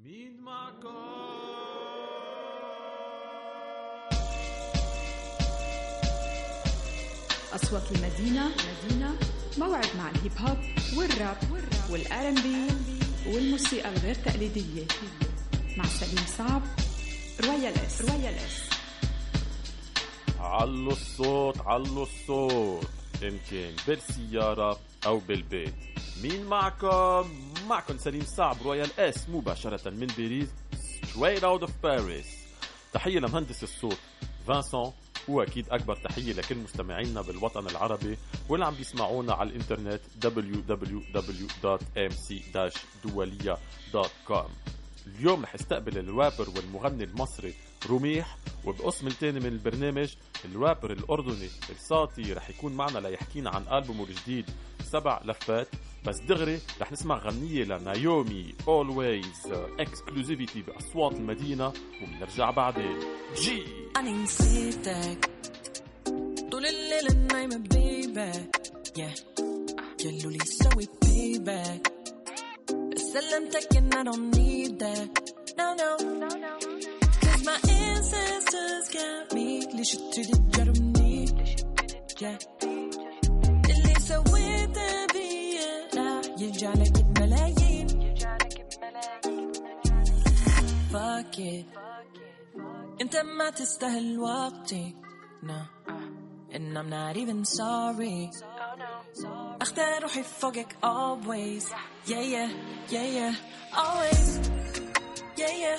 مين معكم؟ أصوات المدينة موعد مع الهيب هوب والراب والR&B والموسيقى الغير تقليدية مع سليم صعب رويال اس. علوا الصوت إن كان بالسيارة أو بالبيت. مين معكم سليم صعب رويال اس مباشرة من باريس straight out of Paris. تحية لمهندس الصوت فانسون، وأكيد أكبر تحية لكل مستمعينا بالوطن العربي واللي عم بيسمعونا على الإنترنت www.mc-dualia.com. اليوم رح استقبل الرابر والمغني المصري رميح، وبقسم الثاني من البرنامج الرابر الأردني الساطي رح يكون معنا ليحكينا عن ألبومه الجديد 7 لفات. بس دغري رح نسمع غنية لنايومي Always Exclusivity بأصوات المدينة وبنرجع بعدين. جي أنا نسيتك طول الليل النايمة بيبي قالوا لي سوي payback سلمتك and I don't need that no cause my ancestors got me ليش تجربني اللي سويته بيه راح يرجعلك بملايين fuck it انت ما تستاهل وقتي no and I'm not even sorry اختار روحي فوقك always yeah always yeah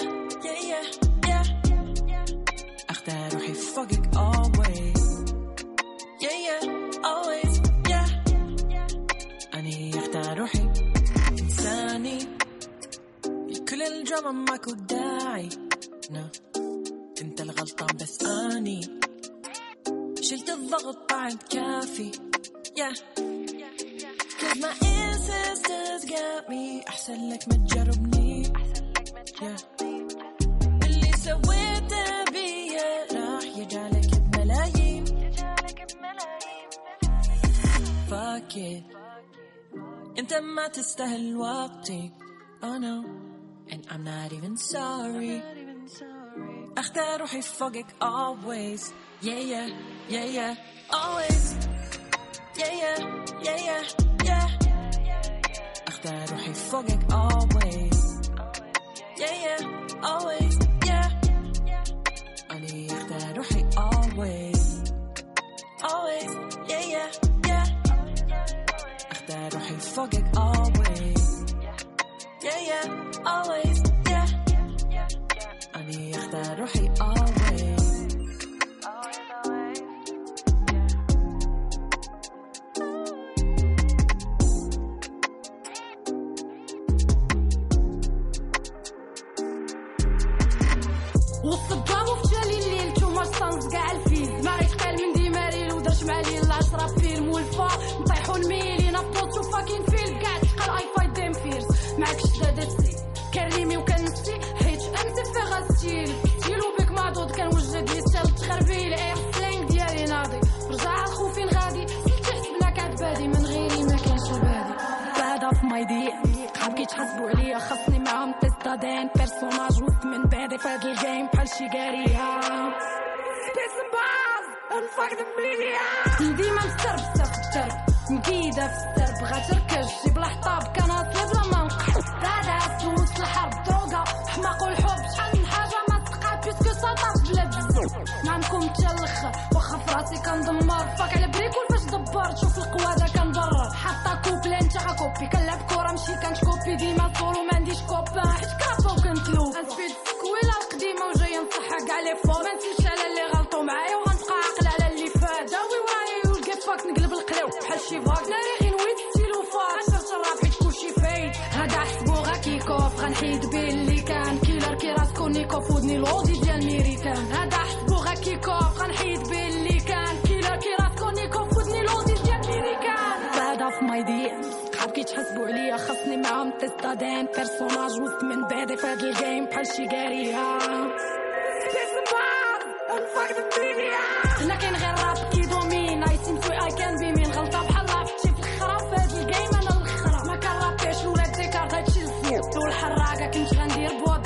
اختار روحي فوقك always yeah always yeah اني اختار روحي انساني كل الجرم ماكو داعي no انت الغلطان بس اني شلت الضغط بعد كافي yeah cause my ancestors got me احسن لك ما تجربني yeah اللي سويته بيه راح يجعلك بملايين fuck it انت ما تستاهل وقتي oh no and I'm not even sorry اختار روحي فوقك always yeah always yeah اختار روحي فوقك always yeah always yeah اني اختار روحي always yeah اختار روحي فوقك always yeah always yeah اني اختار روحي always والصبام وفجالي الليل توما الصنص قاع الفيل ما ريتقال من ديماريل ودرش معلي العشرة فيلم والفا نطيحو الميلين افضل فاكين فيل قاع تقال اي فايت ديم فيرس معاك شدادتي كريمي وكنسي حيت انت في غاستيل تيلو بك معدود كنوجد لي ستال تخربيل اير سلينغ ديالي ناضي رجع الخوفين غادي سيتي حسبنا كعبادي من غيري ما كاينش بادي بعدا في مايدي قحاب كيتحسبوا عليا خاصني معاهم تيستادين بيرسوناج وسط من بعدي في هاد الجيم بحال شي قاريه سبيس باز انفاك ذا ميديا ديما مستربسه في الدرب مكيده في السرب غتركز جيب الحطاب كناطلي بلا ما نقحط غادا سوس الحرب دروغا حماق والحب شحال من حاجه ما تقات بيسكو ساطاف بلا بزاف معكم حتى الاخر واخا فراسي كندمر فاك على بريكول فاش دبر شوف القواده كنضرر حاطه كوبلي انت غاكوبي كنلعب كره ماشي كنشكوبي ديما صولو ما عنديش كوبا حيت كرافو كنتلو انسبيد كويله القديمه وجايه نصحها كاع لي فو ما نسيتش على اللي غلطوا معايا وغنبقى عاقل على اللي فات داوي ورايا والكيفاك نقلب القلاو بحال شي فاك ناري غير نويت ستيلو فاك عشرة الراب حيت كلشي فايت هذا حسبو غاكيكوف غنحيد بيه اللي كان كيلر كي راسكو نيكوف ودني العودي ديال ميريكان هذا حسبو غاكيكوف غنحيد بيه اللي كان كيلر كي راسكو نيكوف ودني العودي ديال ميريكان هذا في مايدي قحاب كيتحسبوا عليا خاصني معاهم تيستادين بيرسوناج وسط من بعدي في هاد الجيم بحال شي قاريه سبيس باز انفاك ذا ميديا هنا كاين غير راب كيدومين اي سيم تو اي كان بي مين غلطه بحال لافتي في الخرا في هاد الجيم انا الاخرى ما كنرابيش الولاد ديكار هادشي الزير طول الحراقه كنت غندير بواد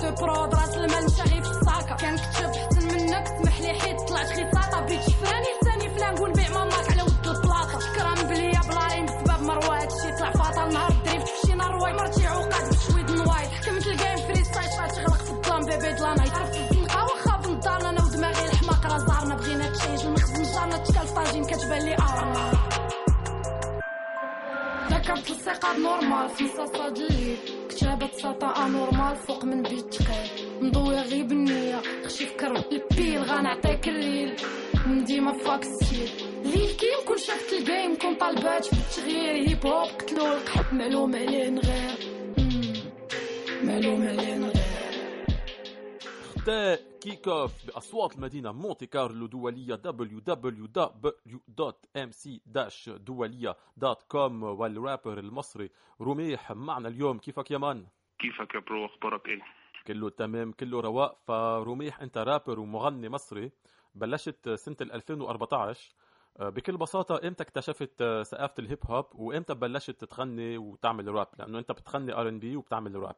دو برود راس المال مشى غير في الساكا كان كتشوف حسن منك سمح لي حيت طلعت خيطاطه بيت شفراني ثاني فلان قول بيع ماماك على ود البلاصه شكرا بليا بلارين بسبب مروه هادشي طلع فاطل نهار دريفت في شي نهار رواي مرتي عقاد بشويد نوايد حكمت الجيم فري ستايل غتغلق في الظلام بيبي دلانا عرفت الزنقه واخا بنضال انا ودماغي الحماق راه زهرنا بغينا تشينج المخزن جارنا تشكال طاجين كتبان لي ذكرت الثقة نورمال في صاصة الليل كتابة ساطا نورمال فوق من بيت تقيل مضوي غير بالنية خشي فكر البيل غنعطيك الريل من ديما فاك ستيل ليل كيم كون شافت الجيم كون طالبات في التغيير هيب هوب قتلو القحط معلوم عليه نغير معلوم عليه نغير اختاء كيك اوف بأصوات المدينة مونتي كارلو دولية www.mc-دولية.com والرابر المصري رميح معنا اليوم. كيفك يا مان؟ كيفك يا برو؟ اخبارك ايه؟ كله تمام كله رواق. فرميح انت رابر ومغني مصري بلشت سنة 2014. بكل بساطة امتى اكتشفت ثقافة الهيب هوب وامتى بلشت تغني وتعمل راب؟ لانه انت بتغني R&B وبتعمل راب.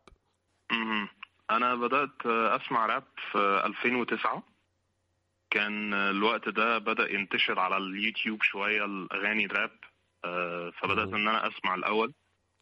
انا بدأت اسمع راب في 2009. كان الوقت ده بدأ ينتشر على اليوتيوب شوية الاغاني الراب. فبدأت ان انا اسمع الاول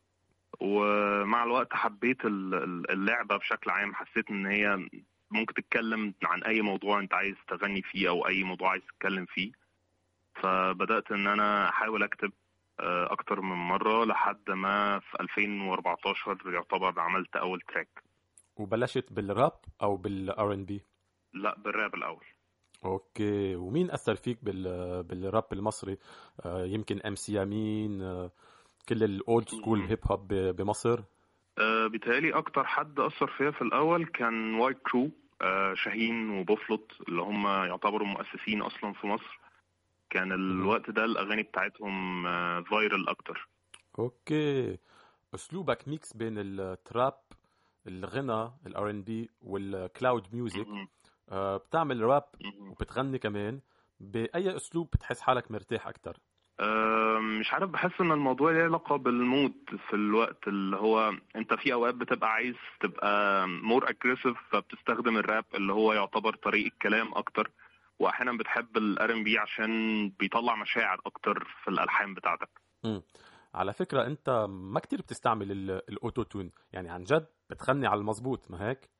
ومع الوقت حبيت اللعبة بشكل عام. حسيت ان هي ممكن تتكلم عن اي موضوع انت عايز تغني فيه او اي موضوع عايز تتكلم فيه. فبدأت ان انا احاول اكتب اكتر من مرة لحد ما في 2014 يعتبر عملت اول تراك. وبلشت بالراب او بالR&B؟ لا بالراب الاول. اوكي. ومين اثر فيك بالراب المصري؟ يمكن MC يامين، كل الاولد سكول هيب هوب بمصر؟ بيتهيألي اكتر حد اثر فيا في الاول كان وايت كرو، شاهين وبوفلوت اللي هم يعتبروا مؤسسين اصلا في مصر. كان الوقت ده الاغاني بتاعتهم فايرل اكتر. اوكي. اسلوبك ميكس بين التراب، الغنى، الR&B والكلاود ميوزك. بتعمل راب وبتغني كمان. بأي أسلوب بتحس حالك مرتاح أكتر؟ مش عارف، بحس ان الموضوع له علاقة بالمود في الوقت اللي هو انت في اوقات بتبقى عايز تبقى مور اجريسيف فبتستخدم الراب اللي هو يعتبر طريقة كلام اكتر، واحيانا بتحب الR&B عشان بيطلع مشاعر اكتر في الالحان بتاعتك. على فكرة انت ما كتير بتستعمل الاوتو تون، يعني عن جد بتغني على المزبوط، ما هيك؟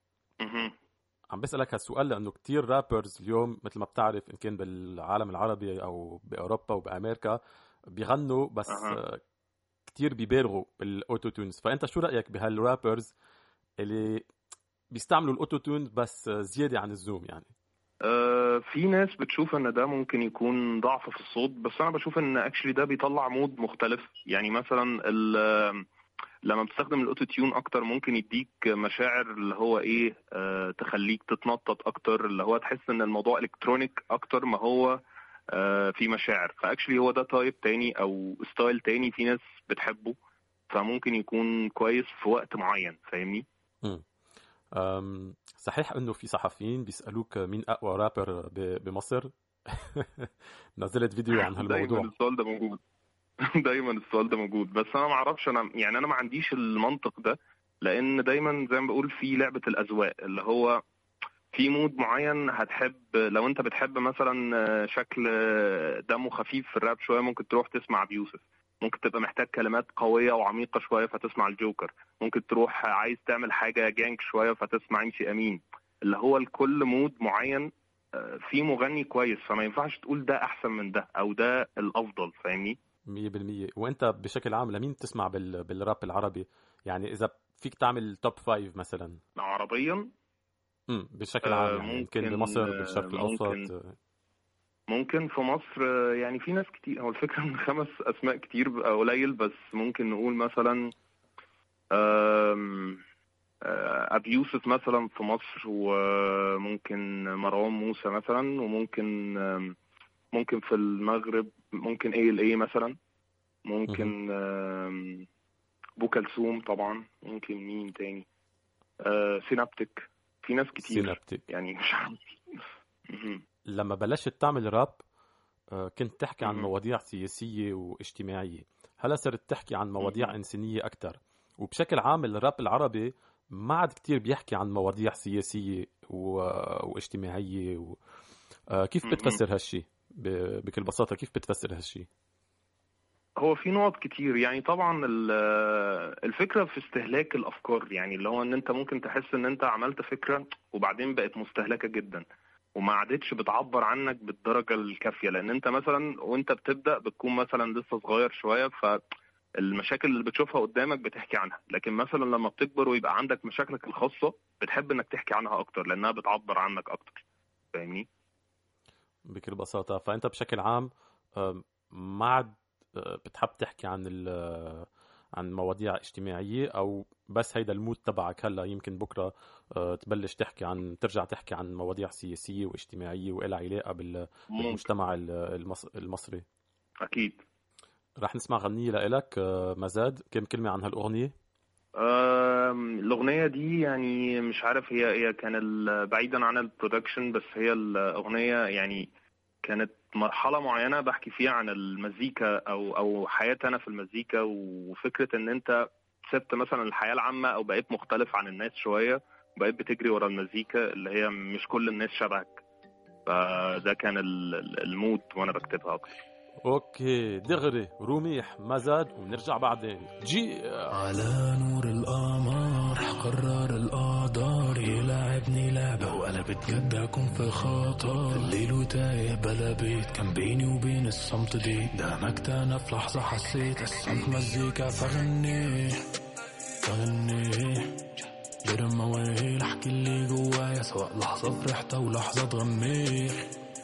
عم بسألك هالسؤال لأنه كتير رابرز اليوم مثل ما بتعرف إن كان بالعالم العربي أو بأوروبا وبأمريكا بيغنوا بس كتير بيبالغوا بالأوتو تونز. فأنت شو رأيك بهالرابرز اللي بيستعملوا الأوتو تونز بس زيادة عن اللزوم؟ يعني في ناس بتشوف ان ده ممكن يكون ضعف في الصوت، بس انا بشوف ان اكشلي ده بيطلع مود مختلف. يعني مثلا لما بتستخدم الاوتو تيون اكتر ممكن يديك مشاعر اللي هو ايه، تخليك تتنطط اكتر، اللي هو تحس ان الموضوع الكترونيك اكتر ما هو في مشاعر. فاكشلي هو ده تايب تاني او ستايل تاني في ناس بتحبه، فممكن يكون كويس في وقت معين. فاهمني؟ صحيح انه في صحفيين بيسألوك مين اقوى رابر بمصر؟ نزلت فيديو عن هالموضوع. دايما السؤال ده موجود. دايما السؤال ده موجود، بس انا ما اعرفش. انا ما عنديش المنطق ده، لان دايما زي ما بقول في لعبة الاذواق اللي هو في مود معين هتحب. لو انت بتحب مثلا شكل دمه خفيف في الراب شوية ممكن تروح تسمع بيوسف. ممكن تبقى محتاج كلمات قوية وعميقة شوية فتسمع الجوكر. ممكن تروح عايز تعمل حاجة جانك شوية فتسمع MC أمين. اللي هو الكل مود معين في مغني كويس، فما ينفعش تقول ده أحسن من ده أو ده الأفضل. فاهمني؟ 100%. وانت بشكل عام لمين تسمع بالراب العربي؟ يعني إذا فيك تعمل توب 5 مثلا عربيا بشكل عام، يعني يمكن بمصر بالشرق الأوسط. ممكن في مصر يعني في ناس كتير. هو الفكرة من 5 أسماء كتير بقى قليل، بس ممكن نقول مثلا أبي يوسف مثلا في مصر، وممكن مروان موسى مثلا، وممكن في المغرب ممكن ALA مثلا، ممكن بو كلثوم طبعا، ممكن مين تاني، سينابتك. في ناس كتير سينابتك. يعني مش عارف. لما بلشت تعمل راب كنت تحكي عن مواضيع سياسية واجتماعية، هلا صرت تحكي عن مواضيع إنسانية أكتر. وبشكل عام الراب العربي ما عاد كتير بيحكي عن مواضيع سياسية واجتماعية كيف بتفسر هالشي بكل بساطة؟ كيف بتفسر هالشي؟ هو في نقط كتير، يعني طبعا الفكرة في استهلاك الأفكار، يعني اللي هو ان انت ممكن تحس ان انت عملت فكرة وبعدين بقت مستهلكة جدا وما عادتش بتعبر عنك بالدرجة الكافية، لان انت مثلا وانت بتبدأ بتكون مثلا لسه صغير شوية، فالمشاكل اللي بتشوفها قدامك بتحكي عنها، لكن مثلا لما بتكبر ويبقى عندك مشاكلك الخاصة بتحب انك تحكي عنها اكتر لانها بتعبر عنك اكتر. فاهمني؟ بكل بساطة. فانت بشكل عام ما عاد بتحب تحكي عن مواضيع اجتماعية، او بس هيدا المود تبعك هلا، يمكن بكرة تبلش ترجع تحكي عن مواضيع سياسية واجتماعية وإلها علاقة بالمجتمع المصري؟ أكيد. رح نسمع غنية لإلك مزاد، كم كلمة عن هالأغنية؟ الأغنية دي يعني مش عارف، هي كان بعيدا عن البرودكشن، بس هي الأغنية يعني كانت مرحلة معينة بحكي فيها عن المزيكا أو حياتي أنا في المزيكا، وفكرة إن أنت سبت مثلا الحياة العامة أو بقيت مختلف عن الناس شوية، بقيت بتجري ورا المزيكا اللي هي مش كل الناس شبهك. فده كان المود وأنا بكتبها أكتر. اوكي دغري رميح مزاد ونرجع بعدين. على نور القمر قرر القدر يلعبني لعبة وقلبت جد أكون في خطر، الليل وتايه بلا بيت كان بيني وبين الصمت دي، دامكت أنا في لحظة حسيت الصمت مزيكا فغني جرم مويل احكي اللي جوايا، سواء لحظة فرحت أو لحظة تغمير،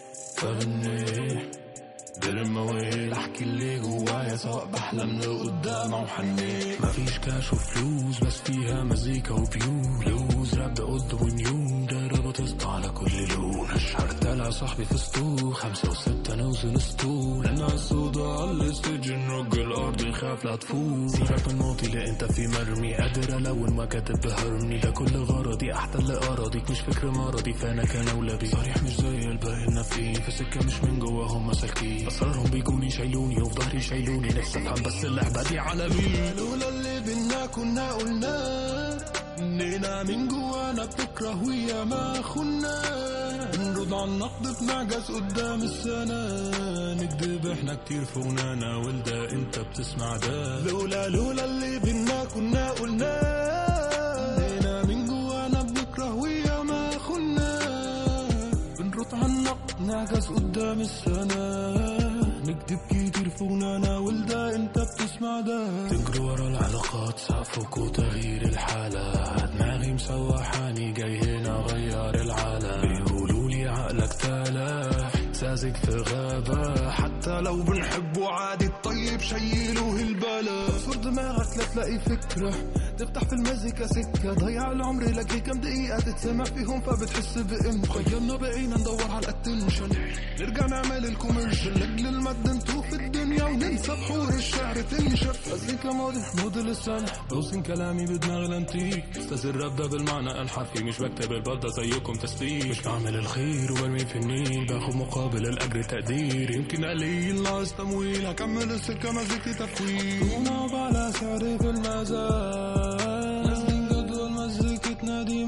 فغني جرم مويل احكي اللي جوايا، سواء بحلم لقدام او حنين. مفيش كاش وفلوس بس فيها مزيكا وبيو، لوز راب ده قد ونيوم دايرة بتسطع على كل لون. الشهر تلع صاحبي في سطول 5 و6 نوزن ستول، الناس سودا على الستيجن رج الارض يخاف لا تفوت. سيبك من موتي اللي انت في مرمي، قادر الون ما كاتب بهرمني، ده كل غرضي احتل اراضيك مش فكر مرضي، فانا كان اولى بي صريح مش زي الباقي النفسي، في سكه مش من جواهم مساكين، أسرارهم بيجوني شايلوني وفي ظهري شايلوني، نفسي أفهم بس اللعبة دي على مين. لولا اللي بينا كنا قلنا إننا من جوانا بتكره ويا ما خنا، بنرد عن النقد بنعجز قدام السنة، نكذب احنا كتير فونانا ولدا انت بتسمع ده. لولا اللي بينا كنا قلنا إننا من جوانا بنكره ويا ما خنا، بنرد عن النقد نعجز قدام السنة، نكتب كتير فونانا ولدا انت بتسمع ده. تجري ورا العلاقات سقفك وتغيير الحالة، دماغي مسوحاني جاي هنا غير العالم، بيقولوا لي عقلك تالف ساذج في غابة، حتى لو بنحبه عادي الطيب شيله البلا. صور دماغك لا تلاقي فكرة تفتح في المزيكا سكة، ضيع العمر لك كم دقيقة تتسمع فيهم فبتحس بقيمته. خيرنا بقينا ندور على الاتنشن، نرجع نعمل الكوميرشن لاجل المادة نتوه في الدنيا وننسى بحور الشعر تنشر. مزيكا مود للسنة بوزن كلامي بدماغ الانتيك، استاذ الراب ده بالمعنى الحرفي، مش بكتب البلدة زيكم تسليك، مش بعمل الخير وبرمي في النيل، باخد مقابل الاجر تقدير، يمكن قليل ناقص تمويل، هكمل السكة مزيكتي تفويل. ونقف على سعري في المزاد، نازلين جدول مزيكتنا دي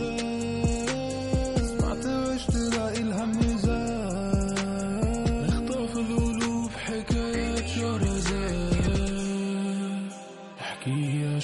مزاد، سمعت وش تلاقي الهم زاد، نخطف القلوب حكايات شهرزاد، احكي يا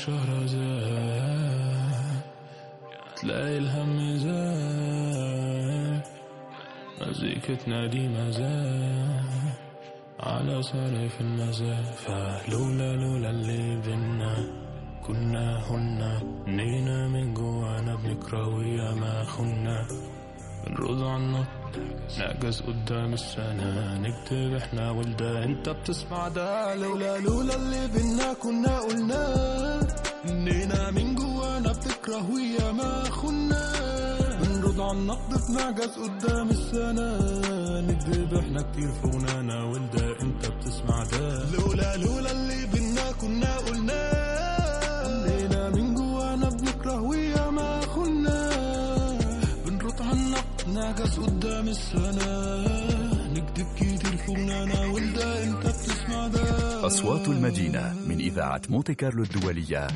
شهرزاد تلاقي الهم زاد، مزيكتنا دي مزاد على سرف المزاد. فلولا اللي بينا كنا هنا، نينا من جوانا بنكره ويا ما خنا، بنرد عنا نعجز قدام السنة، نكتب احنا ولدا انت بتسمع ده. لولا اللي بينا كنا قلنا نينا من جوانا بتكره ويا ما خنا، بنرد عن النقد بنعجز قدام السنة، نكذب احنا كتير فونانا ولدا انت بتسمع ده. لولا اللي بينا كنا قلنا نينا من جوانا بنكره ويا ما خنا، بنرد عن النقد نعجز قدام السنة، نكذب كتير فونانا ولدا انت بتسمع ده. أصوات المدينة من إذاعة مونتي كارلو الدولية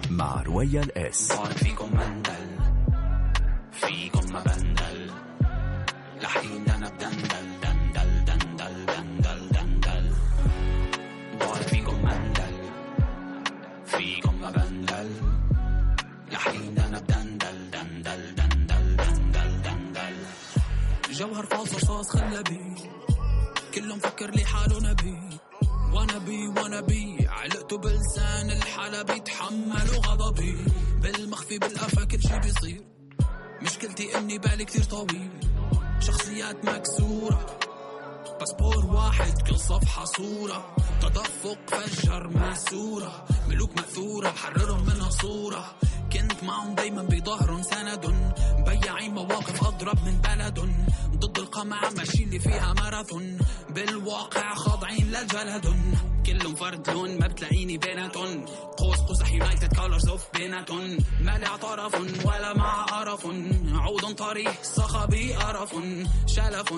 مع رويال اس. فيكم مندل فيكم ما بندل لحين انا بدندل دندل دندل دندل دندل ضايع فيكم مندل فيكم ما بندل لحين انا بدندل دندل دندل دندل دندل جوهر فاصل رصاص خلبي كله مفكر لي حاله نبي وانا بي علقته بلسان الحلا بيتحملوا غضبي بالمخفي بالقفا كل شي بيصير مشكلتي اني بالي كتير طويل شخصيات مكسورة باسبور واحد كل صفحة صورة تدفق فجر ماسورة ملوك مأثورة حررهم منها صورة كنت معهم دايما بظهرهم سند بياعين مواقف أضرب من بلد ضد القمع ماشي اللي فيها ماراثون بالواقع خاضعين للجلد كلهم فرد لون ما بتلاقيني بيناتون قوس قزح يونايتد كولرز اوف بيناتون ما لي طرف ولا مع قرف عود طريق صخبي قرف شلف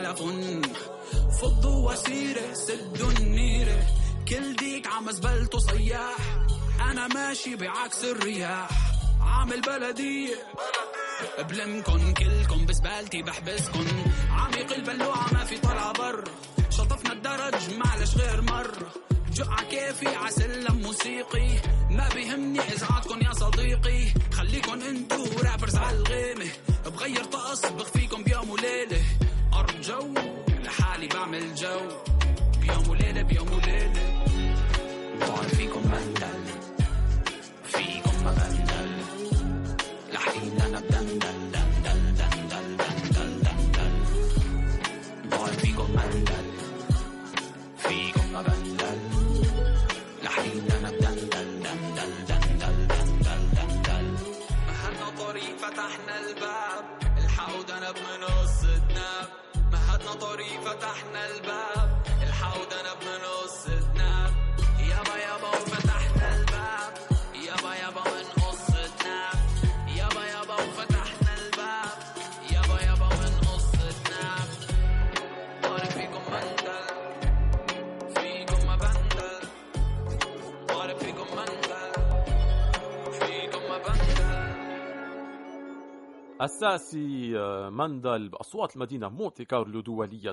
فضوا وسيرة سدوا النيرة كل ديك عم زبلته صياح أنا ماشي بعكس الرياح عامل بلدية بلمكن كلكم بزبالتي بحبسكن عميق البلوعة ما في طلع بر شطفنا الدرج معلش غير مرة جقع كيفي عسلم موسيقي ما بيهمني إزعاجكن يا صديقي خليكن انتو رابرز عالغيمة بغير طقس بخفيكم بيوم وليلة أرض جو لحالي بعمل جو بيوم وليلة بيوم وليلة ضايع فيكم مندل فيكم ما بندل لحين أنا بدندل دندل دندل دندل دندل ضايع فيكم مندل فيكم ما بندل لحين أنا بدندل دندل دندل دندل دندل مهدنا طريق فتحنا الباب الحوض أنا بمنص الناب مهدنا طريق فتحنا الباب الحوض أنا بمنص الناب يابا يابا وفتحنا الباب يابا يابا ونقص الناب يابا يابا وفتحنا الباب يابا يابا ونقص الناب طارق فيكم مندل فيكم ما بندل طارق فيكم مندل فيكم ما بندل أساسي مندل بأصوات المدينة مونتي كارلو دولية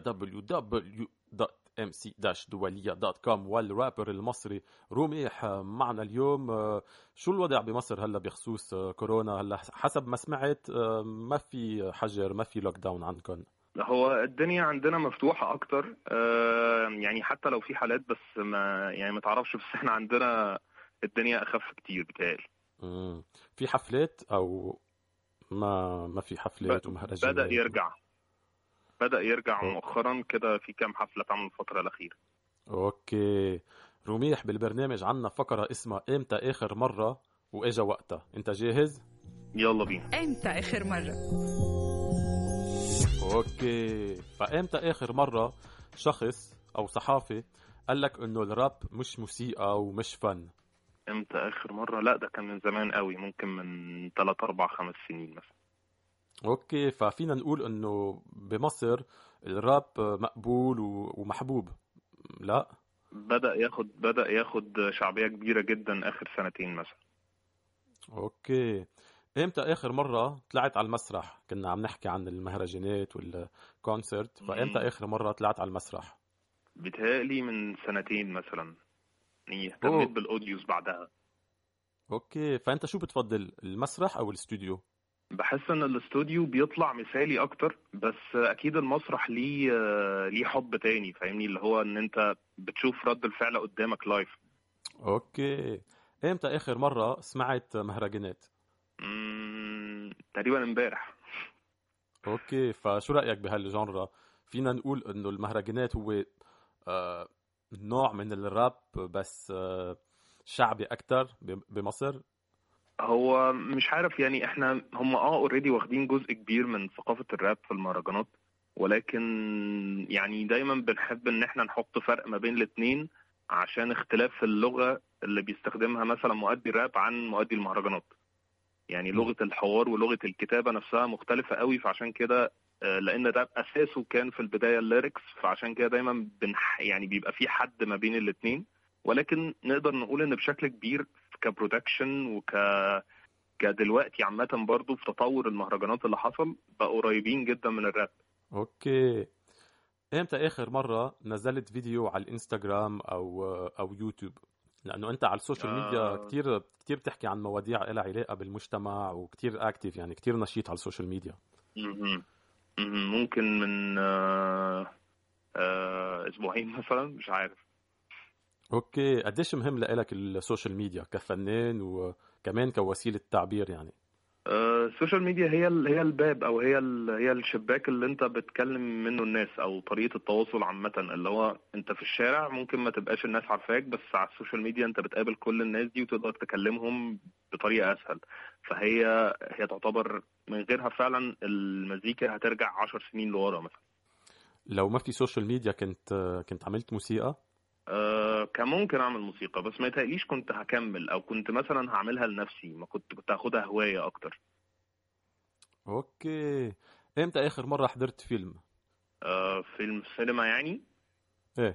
www.mc-دولية.com والرابر المصري رميح معنا اليوم. شو الوضع بمصر هلا بخصوص كورونا؟ هلا حسب ما سمعت ما في حجر ما في لوك داون عندكم. هو الدنيا عندنا مفتوحة أكتر يعني حتى لو في حالات بس ما تعرفش بس احنا عندنا الدنيا أخف كتير بتهيألي. في حفلات أو ما في حفلات ومهرجانات؟ بدأ يرجع مؤخرا كده في كام حفلة تعمل الفترة الأخيرة. أوكي رميح، بالبرنامج عنا فقرة اسمها إمتى آخر مرة وإجا وقتها، أنت جاهز؟ يلا بينا. إمتى آخر مرة؟ أوكي، فإمتى آخر مرة شخص أو صحافي قال لك إنه الراب مش موسيقى ومش فن؟ إمتى آخر مرة؟ لا ده كان من زمان قوي، ممكن من 3 4 5 سنين مثلا. اوكي، ففينا نقول انه بمصر الراب مقبول ومحبوب. لا بدأ ياخد شعبية كبيرة جدا اخر سنتين مثلا. اوكي، امتى اخر مرة طلعت على المسرح؟ كنا عم نحكي عن المهرجانات والكونسرت، فامتى اخر مرة طلعت على المسرح؟ بتهيألي من 2 سنين مثلا، اهتميت بالاوديوز بعدها. اوكي، فانت شو بتفضل، المسرح او الاستوديو؟ بحس ان الاستوديو بيطلع مثالي اكتر، بس اكيد المسرح ليه حب تاني، فاهمني، اللي هو ان انت بتشوف رد الفعل قدامك لايف. اوكي، امتى اخر مرة سمعت مهرجانات؟ تقريبا امبارح. اوكي، فشو رأيك بهالجانرا؟ فينا نقول انه المهرجانات هو نوع من الراب بس شعبي اكتر بمصر؟ هو مش عارف، يعني احنا هم اوريدي واخدين جزء كبير من ثقافة الراب في المهرجانات، ولكن يعني دايما بنحب ان احنا نحط فرق ما بين الاتنين عشان اختلاف اللغة اللي بيستخدمها مثلا مؤدي الراب عن مؤدي المهرجانات. يعني لغة الحوار ولغة الكتابة نفسها مختلفة قوي، فعشان كده لان الراب اساسه كان في البداية الليركس، فعشان كده دايما يعني بيبقى في حد ما بين الاتنين. ولكن نقدر نقول ان بشكل كبير كبرودكشن كدلوقتي عامة برضو في تطور المهرجانات اللي حصل بقوا قريبين جدا من الراب. اوكي، امتى اخر مرة نزلت فيديو على الانستغرام او يوتيوب؟ لانه انت على السوشيال ميديا كتير بتحكي عن مواضيع لها علاقة بالمجتمع وكتير اكتيف، يعني كتير نشيط على السوشيال ميديا. ممكن من اسبوعين مثلا، مش عارف. اوكي، قديش مهم لك السوشيال ميديا كفنان وكمان كوسيلة تعبير يعني؟ السوشيال ميديا هي الباب او هي الشباك اللي انت بتكلم منه الناس، او طريقه التواصل عامه، اللي هو انت في الشارع ممكن ما تبقاش الناس عارفاك، بس على السوشيال ميديا انت بتقابل كل الناس دي وتقدر تكلمهم بطريقه اسهل. فهي تعتبر من غيرها فعلا المزيكا هترجع 10 سنين لورا مثلا. لو ما في سوشيال ميديا كنت عملت موسيقى؟ كان ممكن اعمل موسيقى، بس ما يتهيأليش كنت هكمل، او كنت مثلا هعملها لنفسي، ما كنت هاخدها هواية اكتر. اوكي، امتى اخر مرة حضرت فيلم؟ فيلم سينما يعني؟ ايه،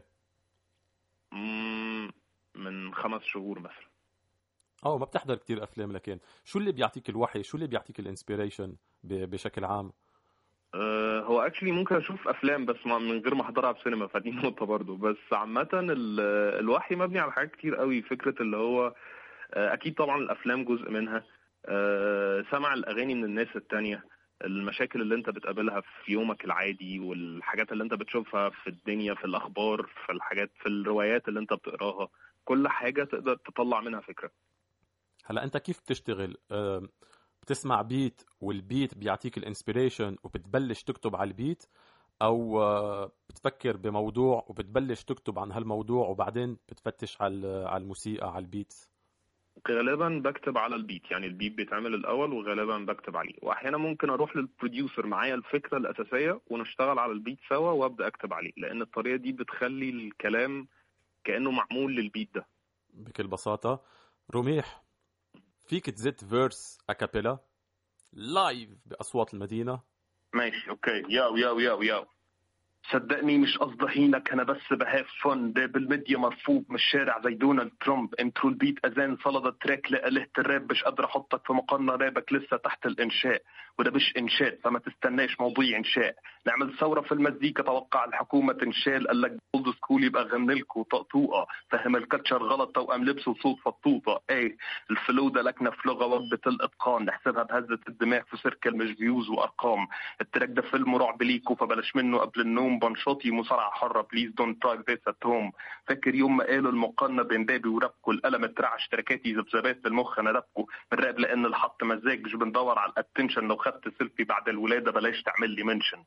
من 5 شهور مثلا. ما بتحضر كتير افلام، لكن شو اللي بيعطيك الوحي، شو اللي بيعطيك الانسبيريشن بشكل عام؟ هو اكشلي ممكن اشوف افلام بس من غير ما احضرها بسينما، فدي نقطه برضو. بس عامه الوحي مبني على حاجات كتير قوي. فكره اللي هو اكيد طبعا الافلام جزء منها، سمع الاغاني من الناس التانية، المشاكل اللي انت بتقابلها في يومك العادي، والحاجات اللي انت بتشوفها في الدنيا، في الاخبار، في الحاجات، في الروايات اللي انت بتقراها، كل حاجه تقدر تطلع منها فكره. هلا انت كيف بتشتغل؟ بتسمع بيت والبيت بيعطيك الانسبيريشن وبتبلش تكتب على البيت، او بتفكر بموضوع وبتبلش تكتب عن هالموضوع وبعدين بتفتش على الموسيقى على البيت؟ غالبا بكتب على البيت، يعني البيت بيتعمل الاول وغالبا بكتب عليه، واحيانا ممكن اروح للبروديوسر معايا الفكره الاساسيه ونشتغل على البيت سوا وابدا اكتب عليه، لان الطريقه دي بتخلي الكلام كانه معمول للبيت ده. بكل بساطه. رميح، فيك تزت فيرس اكابيلا لايف باصوات المدينه؟ ماشي، اوكي. ياو صدقني مش قصدي هينك، انا بس بهاف فن ده بالميديا مرفوض من الشارع زي دونالد ترامب. انترو البيت اذان صلى تراك لآلهة الراب، مش قادر احطك في مقارنه، رابك لسه تحت الانشاء، وده مش انشاء فما تستناش موضوع انشاء. نعمل ثوره في المزيكا، توقع الحكومه تنشال، قال لك اولد سكول يبقى غنلكوا طقطوقه، فهم الكاتشر غلط، توأم لبسه وصوت فطوطه. ايه الفلو ده لكنه في لغه وجبه الاتقان، نحسبها بهزه الدماغ في سيركل مش فيوز وارقام. التراك ده فيلم رعب ليكوا فبلاش منه قبل النوم، بنشاطي مصارعه حره بليز دونت تراي ذيس ات هوم. فاكر يوم ما قالوا المقارنه بين بابي ورابكو، القلم اترعش تراكاتي ذبذبات بالمخ، انا رابكو بنراب لان الحط مزاج، مش بندور على الاتنشن. لو خدت سيلفي بعد الولاده بلاش تعمل لي منشن.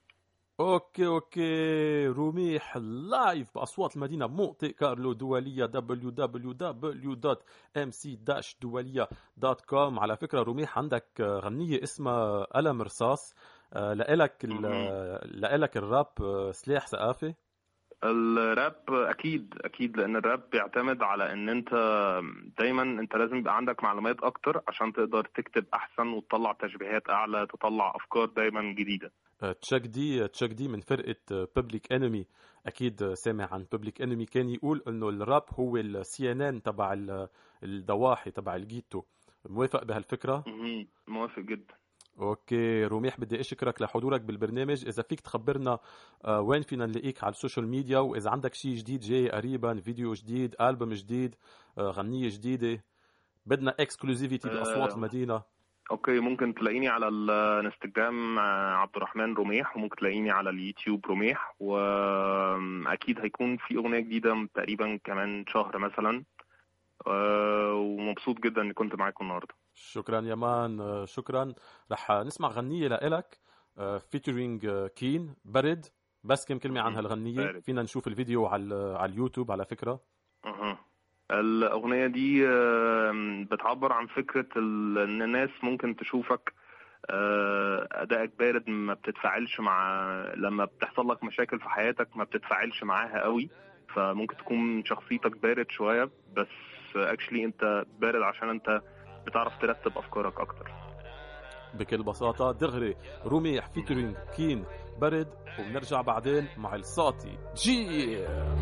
اوكي رميح لايف باصوات المدينه بمنطقه كارلو دوليه www.mc-دوليه.com. على فكره رميح عندك غنيه اسمها قلم رصاص، لإلك الراب سلاح ثقافي؟ الراب اكيد لان الراب بيعتمد على ان انت دايما انت لازم يبقى عندك معلومات اكتر عشان تقدر تكتب احسن وتطلع تشبيهات اعلى، تطلع افكار دايما جديده. تشاك دي من فرقه بابليك انمي، اكيد سامع عن بابليك انمي. كان يقول انه الراب هو السي ان ان تبع الضواحي تبع الجيتو. موافق بهالفكره؟ موافق جدا. اوكي رميح، بدي اشكرك لحضورك بالبرنامج. اذا فيك تخبرنا وين فينا نلاقيك على السوشيال ميديا، واذا عندك شيء جديد جاي قريبا، فيديو جديد، ألبوم جديد، غنية جديدة، بدنا اكسكلوزيفيتي باصوات المدينة. اوكي، ممكن تلاقيني على الانستجرام عبد الرحمن رميح، وممكن تلاقيني على اليوتيوب رميح، واكيد هيكون في اغنية جديدة تقريبا كمان شهر مثلا. ومبسوط جدا اني كنت معاكم النهارده. شكرا يا مان، شكرا. رح نسمع غنية لإلك فيتشرينج كين، برد. بس كم كلمة عن هالغنية؟ بارد. فينا نشوف الفيديو على اليوتيوب على فكرة. الأغنية دي بتعبر عن فكرة ان الناس ممكن تشوفك أدائك بارد، ما بتتفاعلش لما بتحصل لك مشاكل في حياتك ما بتتفاعلش معاها قوي، فممكن تكون شخصيتك بارد شوية، بس اكشلي انت بارد عشان انت بتعرف ترتب افكارك اكتر. بكل بساطة دغري رميح فيترينج كين برد، وبنرجع بعدين مع الساطي جي.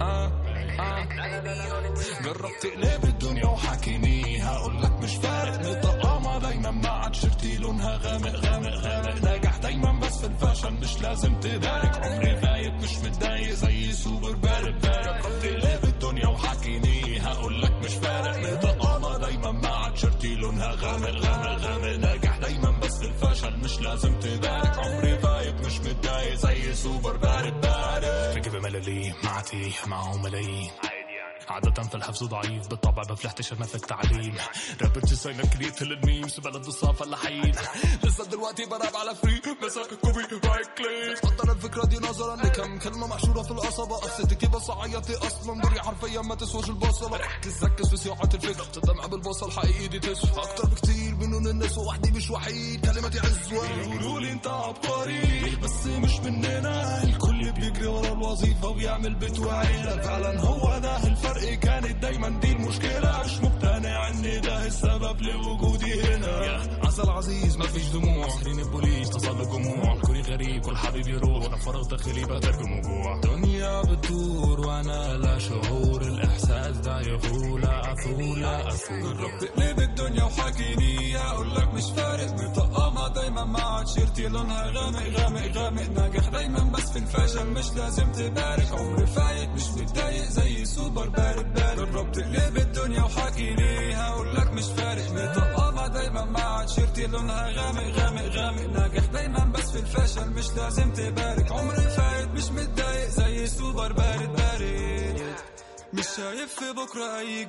جربت تقلب الدنيا وحكينيها، اقول لك مش فارق نطقامة دايما مع تشرتي لونها غامق غامق غامق، ناجح دايما بس في الفاشن مش لازم تبارك، عمري فايت مش متضايق زي سوبر بارد بارد. جربت تقلب الدنيا وحكينيها، اقول لك مش فارق نطقامة دايما مع تشرتي لونها غامق غامق غامق، ناجح دايما بس في الفاشن مش لازم تبارك، عمري فايت مش متضايق زي سوبر بارد بارد. فكر بملالي معتي معهم ملايين، عادة في الحفظ ضعيف بالطبع بفلحتش انا في التعليم، رابر ديزاينر كريت الميمز بلد الصافة اللحين، لسه دلوقتي براب على فري مسا كوبي رايت كليك. قدر الفكرة دي نظرا لكم كلمة محشورة في القصبة، قصتك بس عيطي اصلا دوري حرفيا ما تسواش البصلة، ركز في سياحة الفكرة تدمع بالبصل حقيقي دي تسوى اكتر بكتير من الناس، وحدي مش وحيد كلمتي عزوة. يقولوا لي انت عبقري بس مش مننا، الكل بيجري ورا الوظيفة ويعمل بيت وعيلة، فعلا هو ده الفرق، كانت دايما دي المشكلة، مش مقتنع ان ده السبب لوجودي هنا. عسل عزيز ما فيش دموع، سرين البوليس تصل الجموع، الكوري غريب كل حبيب يروح، انا فراغ داخلي بترجم وجوع، دنيا بتدور وانا لا شعور، الاحساس ده يغول اثول اثول. جربت تقلب الدنيا وحكيني، اقول لك مش فارق مطقمة دايما مع تشيرتي لونها غامق غامق غامق، ناجح دايما بس في الفاشن مش لازم تبارك، عمري فايت مش متضايق زي سوبر بارد. جربت تقلب الدنيا وحكي ليها، اقول لك مش فارق مطقمة دايما مع تشيرتي لونها غامق غامق غامق، ناجح دايما بس في الفاشل مش لازم تبارك، عمري فايت مش متضايق زي سوبر بارد بارد. مش شايف في بكرة اي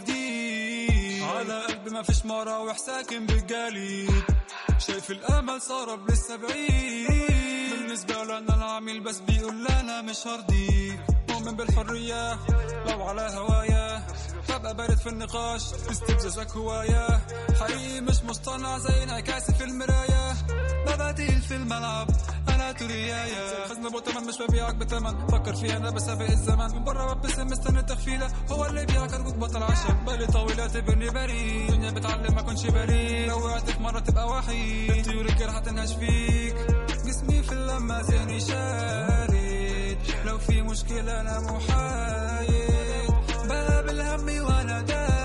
جديد، على قلبي ما فيش مراوح ساكن بالجليد، شايف الامل صارب لسه بعيد، بالنسبة لنا العميل بس بيقول انا مش هرضيك، مؤمن بالحرية لو على هوايا، ببقى بارد في النقاش استفزازك هواية، حقيقي مش مصطنع زي انعكاسي في المراية، بباتيل في الملعب انا توريايا، خزنة بوتمن مش ببيعك بتمن، فكر فيها انا بسابق الزمن، من برا ببسم مستني تخفيلة، هو اللي بيعك ارجوك بطل عشان بالي طويلة تبني بريء، الدنيا بتعلم ما كنش بريء، لو وقعت في مرة تبقى وحيد، الطيور الجرح هتنهش فيك، جسمي في اللمة ذهني شارد، لو في مشكلة انا محايد، باب الهم وانا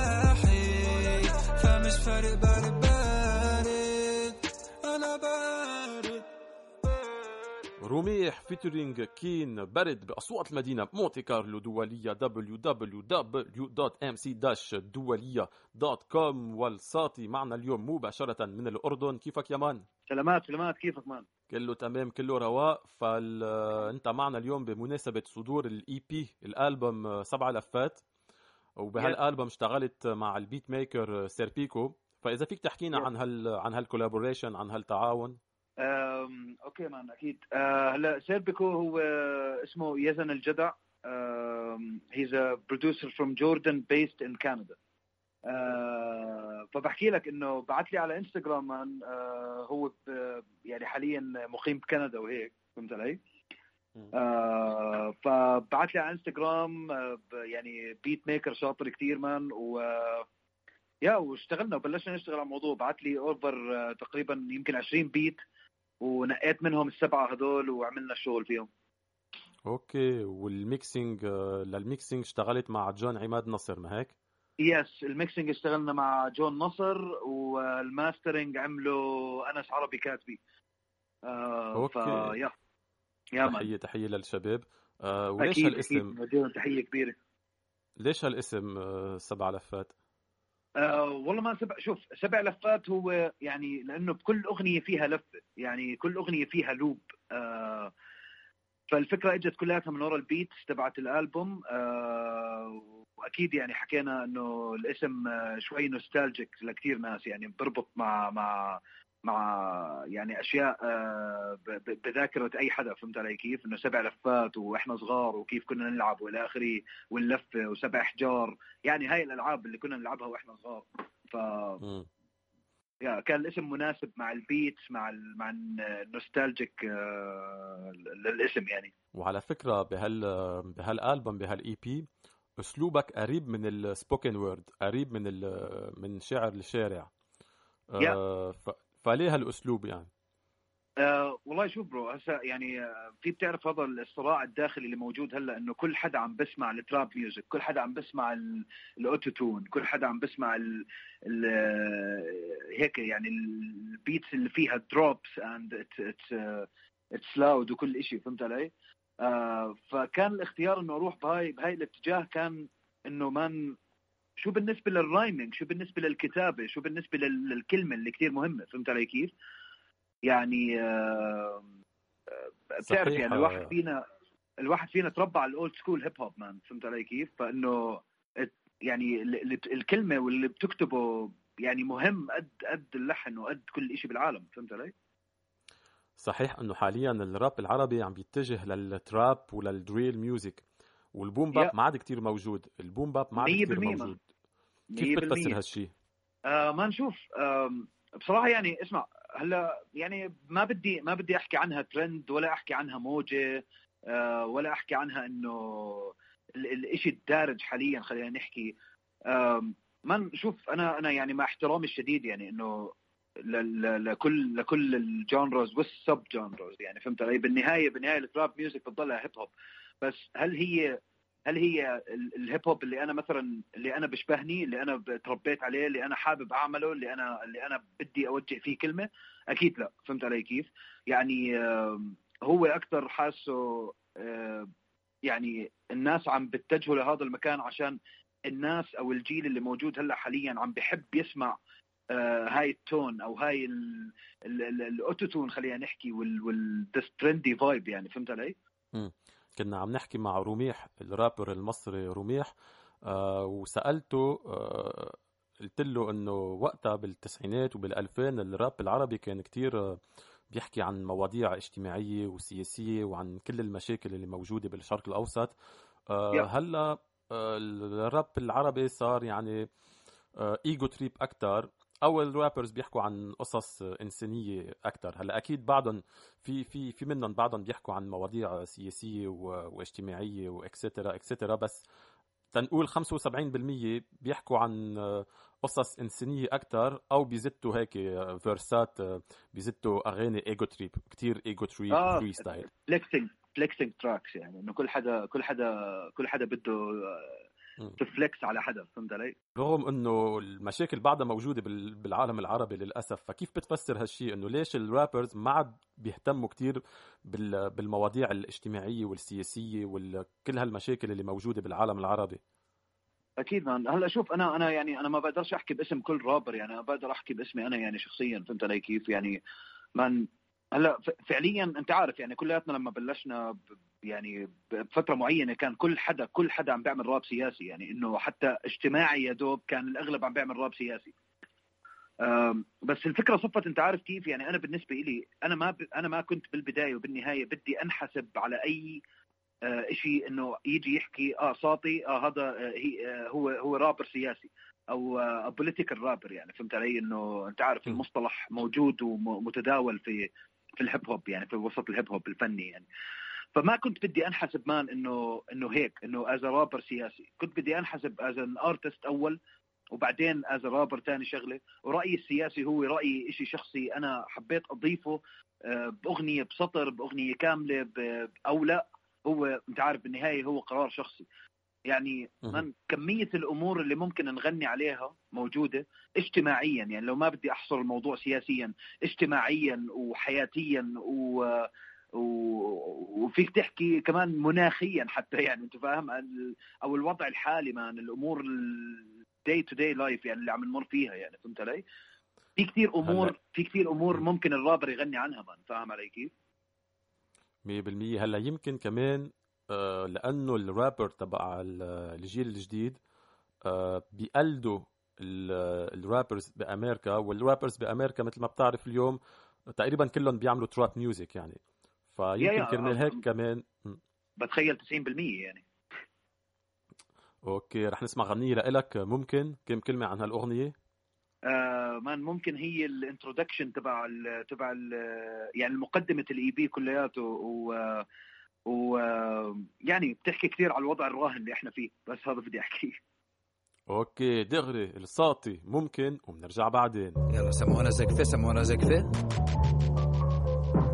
داحي، فمش فارق بارد بارد انا بارد. رميح فيترينج كين برد بأصوات المدينة مونتي كارلو دولية www.mc-دولية.com. والساطي معنا اليوم مباشرة من الأردن. كيفك يا مان؟ سلامات كيفك مان؟ كله تمام كله رواق. فأنت معنا اليوم بمناسبة صدور الEP الألبوم 7 لفات، وبهالألبوم اشتغلت مع البيت ميكر سيربيكو، فإذا فيك تحكينا عن هالكولابوريشن، عن هالتعاون. اوكي مان اكيد. هلا سيربيكو هو اسمه يزن الجدع. he's a producer from Jordan based in Canada. فبحكي لك انه بعت لي على انستغرام مان. هو يعني حاليا مقيم بكندا وهيك، فهمت علي؟ فبعت لي على انستغرام يعني بيت ميكر شاطر كتير مان، واشتغلنا وبلشنا نشتغل على الموضوع. بعت لي اوفر تقريبا يمكن 20 بيت، ونقيت منهم ال7 هدول وعملنا شغل فيهم. اوكي. والميكسينج للميكسينج اشتغلت مع جون عماد نصر، ما هيك؟ يس، الميكسينج اشتغلنا مع جون نصر، والماسترينج عمله أنس عربي كاتبي. اوكي. يا تحية للشباب. وليش هالاسم؟ تحية كبيرة. ليش هالاسم 7 لفات؟ والله ما شوف 7 لفات هو يعني لأنه بكل أغنية فيها لفة، يعني كل أغنية فيها لوب. فالفكرة اجت كلها من وراء البيت تبعت الألبوم. وأكيد يعني حكينا إنه الاسم شوي نوستالجيك لكتير ناس، يعني بربط مع يعني أشياء بذاكرة أي حدا، فهمت علي كيف؟ إنه 7 لفات وإحنا صغار وكيف كنا نلعب والى آخره، واللفة و7 أحجار، يعني هاي الألعاب اللي كنا نلعبها وإحنا صغار. كان الاسم مناسب مع البيت، مع النوستالجيك للاسم يعني. وعلى فكرة بهالألبوم بهالEP أسلوبك قريب من السبوكن وورد، قريب من شعر الشارع. فليه هالأسلوب يعني؟ والله شوف برو، هسه يعني في بتعرف هذا الصراع الداخلي اللي موجود هلا، انه كل حدا عم بسمع التراب ميوزك، كل حدا عم بسمع الاوتو تون، كل حدا عم بسمع ال هيك يعني البيتس اللي فيها دروبس اند اتس لاود وكل شيء، فهمت علي؟ فكان الاختيار انه اروح بهاي الاتجاه، كان انه من شو بالنسبه للرايمنج، شو بالنسبه للكتابه، شو بالنسبه للكلمه اللي كثير مهمه، فهمت علي كيف؟ يعني بتعرف يعني الواحد فينا تربى على الاولد سكول هيب هوب مان، فهمت علي كيف؟ فانه يعني الكلمه واللي بتكتبه يعني مهم قد اللحن وقد كل شيء بالعالم، فهمت علي؟ صحيح انه حاليا الراب العربي عم بيتجه للتراب وللدريل ميوزك، والبوم باب ما عاد كتير موجود، البوم باب ما عاد كتير موجود. كيف بتفسر هالشيء؟ ما نشوف بصراحه يعني اسمع، هلا يعني ما بدي احكي عنها ترند، ولا احكي عنها موجه، ولا احكي عنها انه الاشي الدارج حاليا، خلينا نحكي. ما نشوف، انا يعني مع احترامي الشديد يعني انه لكل الجانرز والسب جانرز، يعني فهمت علي؟ بالنهايه التراب ميوزك بتضلها هيب هوب، بس هل هي الهيب هوب اللي انا مثلا اللي انا بشبهني، اللي انا تربيت عليه، اللي انا حابب اعمله، اللي انا بدي اوجه فيه كلمه؟ اكيد لا، فهمت علي كيف؟ يعني هو اكثر حاسه يعني الناس عم بتتجهوا لهذا المكان عشان الناس او الجيل اللي موجود هلا حاليا عم بحب يسمع هاي التون او هاي الاوتوتون، خلينا نحكي، والترندي فايب، يعني فهمت علي؟ كنا عم نحكي مع رميح الرابر المصري رميح، وسألته، قلت له انه وقتها بالتسعينات وبال2000 الراب العربي كان كتير بيحكي عن مواضيع اجتماعية وسياسية وعن كل المشاكل اللي موجودة بالشرق الأوسط. هلا الراب العربي صار يعني ايجو تريب أكتر، او الرابرز بيحكوا عن قصص انسانيه اكثر. هلا اكيد بعضهم في منهم بعضهم بيحكوا عن مواضيع سياسيه واجتماعيه واكسترا اكسترا، بس تنقول 75% بيحكوا عن قصص انسانيه اكثر، او بيزتوا هيك فيرسات، بيزتوا اغاني ايجو تريب، كتير ايجو تريب فري ستايل فليكسينج تراكس، يعني انه كل حدا بده تفلكس على حدا، فهمت علي؟ رغم انه المشاكل بعدها موجوده بالعالم العربي للاسف. فكيف بتفسر هالشيء، انه ليش الرابرز ما عاد بيهتموا كتير بالمواضيع الاجتماعيه والسياسيه وكل هالمشاكل اللي موجوده بالعالم العربي؟ اكيد مان. هلا شوف، انا يعني انا ما بقدرش احكي باسم كل رابر، يعني انا بقدر احكي باسمي انا يعني شخصيا، فهمت علي كيف؟ يعني مان هلا فعليا انت عارف يعني كلياتنا لما بلشنا يعني بفتره معينه كان كل حدا عم بيعمل راب سياسي، يعني انه حتى اجتماعي يا دوب كان الاغلب عم بيعمل راب سياسي. بس الفكره صفت، انت عارف كيف؟ يعني انا بالنسبه لي انا ما كنت بالبدايه وبالنهايه بدي انحسب على اي شيء انه يجي يحكي ساطي هذا هو رابر سياسي او بوليتيكال رابر، يعني فهمت علي؟ انه انت عارف المصطلح موجود ومتداول في الهيب هوب، يعني في وسط الهيب هوب الفني يعني. فما كنت بدي انحسب مان انه هيك، انه از رابر سياسي. كنت بدي انحسب از ان ارتست اول، وبعدين از رابر ثاني شغله. ورأيي السياسي هو رأيي شيء شخصي انا حبيت اضيفه باغنيه، بسطر، باغنيه كامله، او لا، هو انت عارف بالنهايه هو قرار شخصي. يعني من كميه الامور اللي ممكن نغني عليها موجوده اجتماعيا، يعني لو ما بدي احصر الموضوع سياسيا، اجتماعيا وحياتيا وفيك تحكي كمان مناخيا حتى، يعني انت فاهم، او الوضع الحالي مان، الامور الداي تو داي لايف يعني اللي عم نمر فيها، يعني فهمت علي؟ في كثير امور ممكن الرابر يغني عنها مان، فاهم علي كيف؟ 100%. هلا يمكن كمان لانه الرابر تبع الجيل الجديد بيقلدوا الرابرز بامريكا، والرابرز بامريكا مثل ما بتعرف اليوم تقريبا كلهم بيعملوا تراب ميوزك، يعني فيمكن كرمال هيك كمان بتخيل 90% يعني. اوكي، رح نسمع غنية لإلك، ممكن كم كلمة عن هالأغنية؟ مان ممكن هي الانترودكشن تبع يعني مقدمة الاي بي كلياته، و يعني بتحكي كثير على الوضع الراهن اللي احنا فيه، بس هذا بدي احكيه. اوكي دغري الصاطي ممكن، وبنرجع بعدين. يلا سمونا زقفة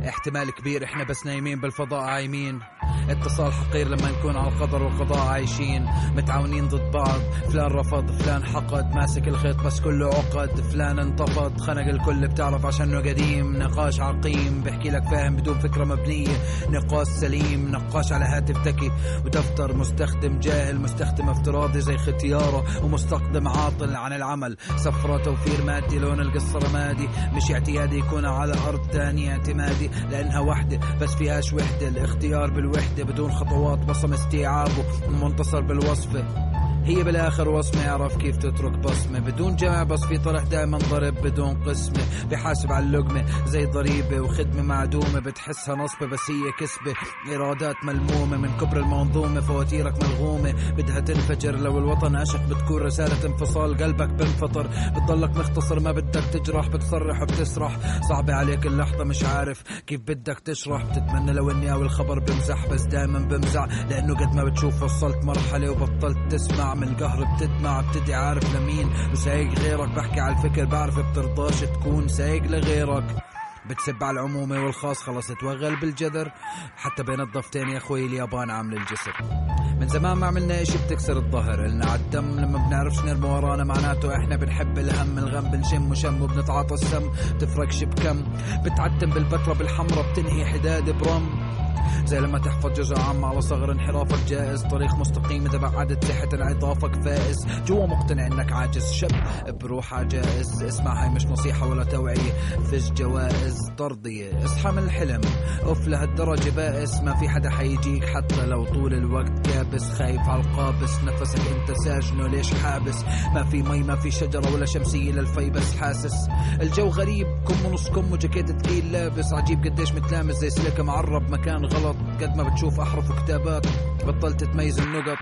احتمال كبير احنا بس نايمين بالفضاء عايمين. اتصال حقير لما نكون على القدر والقضاء عايشين متعاونين ضد بعض. فلان رفض فلان حقد ماسك الخيط بس كله عقد. فلان انتفض خنق الكل بتعرف عشانه قديم. نقاش عقيم بحكي لك فاهم بدون فكرة مبنية. نقاش سليم نقاش على هاتف ذكي ودفتر مستخدم جاهل مستخدم افتراضي زي ختياره ومستقدم عاطل عن العمل. سفرة توفير مادي لون القصة رمادي مش اعتيادي يكون على أرض تانية اعتمادي لأنها وحدة بس فيهاش وحدة. الاختيار بالوحدة بدون خطوات بصم استيعابه المنتصر بالوصفة. هي بالآخر وصمة يعرف كيف تترك بصمة بدون جمع بس في طرح دائما ضرب بدون قسمة. بحاسب على اللقمة زي ضريبة وخدمة معدومة بتحسها نصبة بس هي كسبة. إرادات ملمومة من كبر المنظومة فواتيرك ملغومة بدها تنفجر. لو الوطن أشق بتكون رسالة انفصال قلبك بنفطر. بتضلك مختصر ما بدك تجرح بتصرح وبتسرح. صعبة عليك اللحظة مش عارف كيف بدك تشرح. بتتمنى لو اني او الخبر بمزح بس دائما بمزع لأنه قد ما بتشوف وصلت مرحلة وبطلت تسمع. من القهر بتدمع بتدي عارف لمين وسايق غيرك. بحكي على الفكر بعرف بترضاش تكون سايق لغيرك. بتسب على العمومة والخاص خلص توغل بالجذر. حتى بين الضفتين يا أخوي اليابان عامل الجسر. من زمان ما عملنا إشي بتكسر الظهر. إلنا عالدم لما بنعرفش نرمي ورانا معناته إحنا بنحب الهم. الغم بنشم وشم وبنتعاطى السم. تفرقش بكم بتعتم بالبترة بالحمرة بتنهي حداد برم. زي لما تحفظ جزء عام على صغر انحرافك جائز. طريق مستقيم إذا بعدت تحت انعطافك فائز. جوا مقتنع انك عاجز شب بروحها جائز. اسمع هاي مش نصيحة ولا توعية فيش جوائز ترضية. اصحى من الحلم اوف لهالدرجة بائس. ما في حدا حيجيك حتى لو طول الوقت كابس. خايف على القابس نفسك انت ساجنه ليش حابس. ما في مي ما في شجرة ولا شمسية للفي بس حاسس. الجو غريب كم ونص كم وجاكيت تقيل لابس. عجيب قديش متلامس زي سلك معرب مكان غلط. قد ما بتشوف أحرف وكتابات بطلت تميز النقط.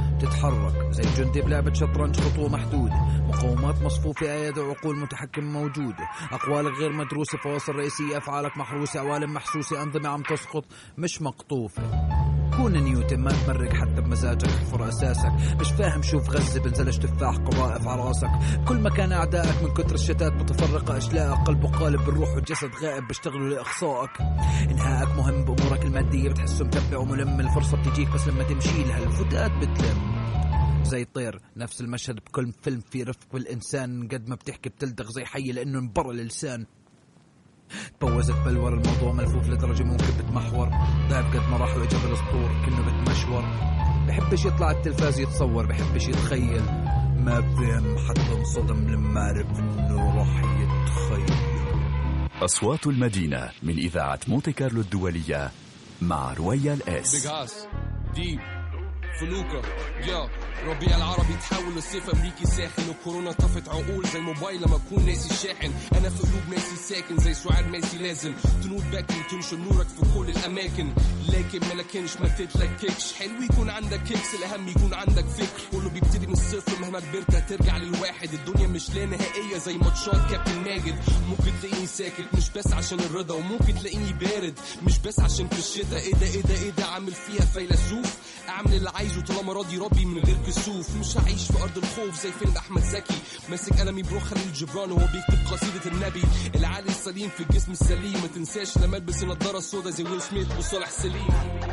تتحرك زي الجندي بلعبة شطرنج خطوة محدودة. مقومات مصفوفة أياد وعقول متحكم موجودة. أقوالك غير مدروسة فواصل رئيسية. أفعالك محروسة عوالم محسوسة. أنظمة عم تسقط مش مقطوفة. كون نيوتن ما تمرق حتى بمزاجك. احفر أساسك مش فاهم شوف غزة بنزلش تفاح قوائف على راسك. كل مكان أعدائك من كتر الشتات متفرقة أشلاءك. قلب وقالب بالروح والجسد غائب بيشتغلوا لإخصائك. إنهائك مهم بأمورك المادية بتحسه متبع وملم. الفرصة بتجيك بس لما تمشي لها الفتات بتلم. زي طير نفس المشهد بكل فيلم في رفق بالإنسان. قد ما بتحكي بتلدغ زي حي لأنه انبر الإنسان. تبوزت بلور الموضوع ملفوف لدرجة ممكن بتمحور. ضعف قد ما راح وإجا بالاسطور كأنه بتمشور. بحبش يطلع التلفاز يتصور بحبش يتخيل. ما فهم حتى انصدم لما عرف انه راح يتخيل. أصوات المدينة من إذاعة مونتي كارلو الدولية مع رويال اس. فلوكة يا ربيع العربي تحول للصيف امريكي ساخن. وكورونا طفت عقول زي الموبايل لما اكون ناسي الشاحن. انا في قلوب ناسي ساكن زي سعاد ماسي لازم تنود باكن تنشر نورك في كل الاماكن. لكن ما لكنش ما تتلككش. حلو يكون عندك كيكس الاهم يكون عندك فكر. كله بيبتدي من الصفر مهما كبرت هترجع للواحد. الدنيا مش لا نهائية زي ماتشات كابتن ماجد. ممكن تلاقيني ساكت مش بس عشان الرضا. وممكن تلاقيني بارد مش بس عشان في الشتاء. ايه ده عامل فيها فيلسوف. اعمل اللي عايزه طالما راضي ربي من غير كسوف. مش هعيش في ارض الخوف زي فيلم احمد زكي. ماسك قلمي بروح خليل جبران وهو بيكتب قصيدة النبي. العقل السليم في الجسم السليم. ما تنساش لما البس النضارة السودا زي ويل سميث وصالح سليم.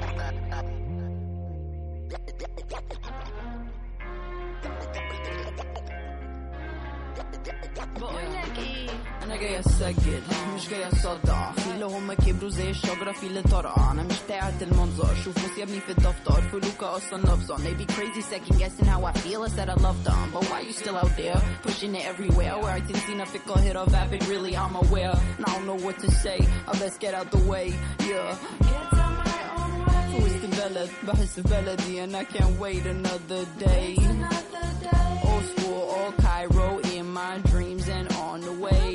بقولك ايه انا جاي اسجل مش جاي اصدع. في اللي هم كبروا زي الشجره في اللي طرقع. انا مش بتاعه المنظر شوف بص يا ابني في الدفتر. فلوكة اصلا لفظه. They be crazy second guessing how I feel. I said I love them but why you still out there pushing it everywhere. Where I didn't see nothing go hit or vapid really I'm aware. And I don't know what to say. I best get out the way. Yeah وسط البلد بحس ببلدي and I can't wait another day. Old school all Cairo in my dreams and on the way.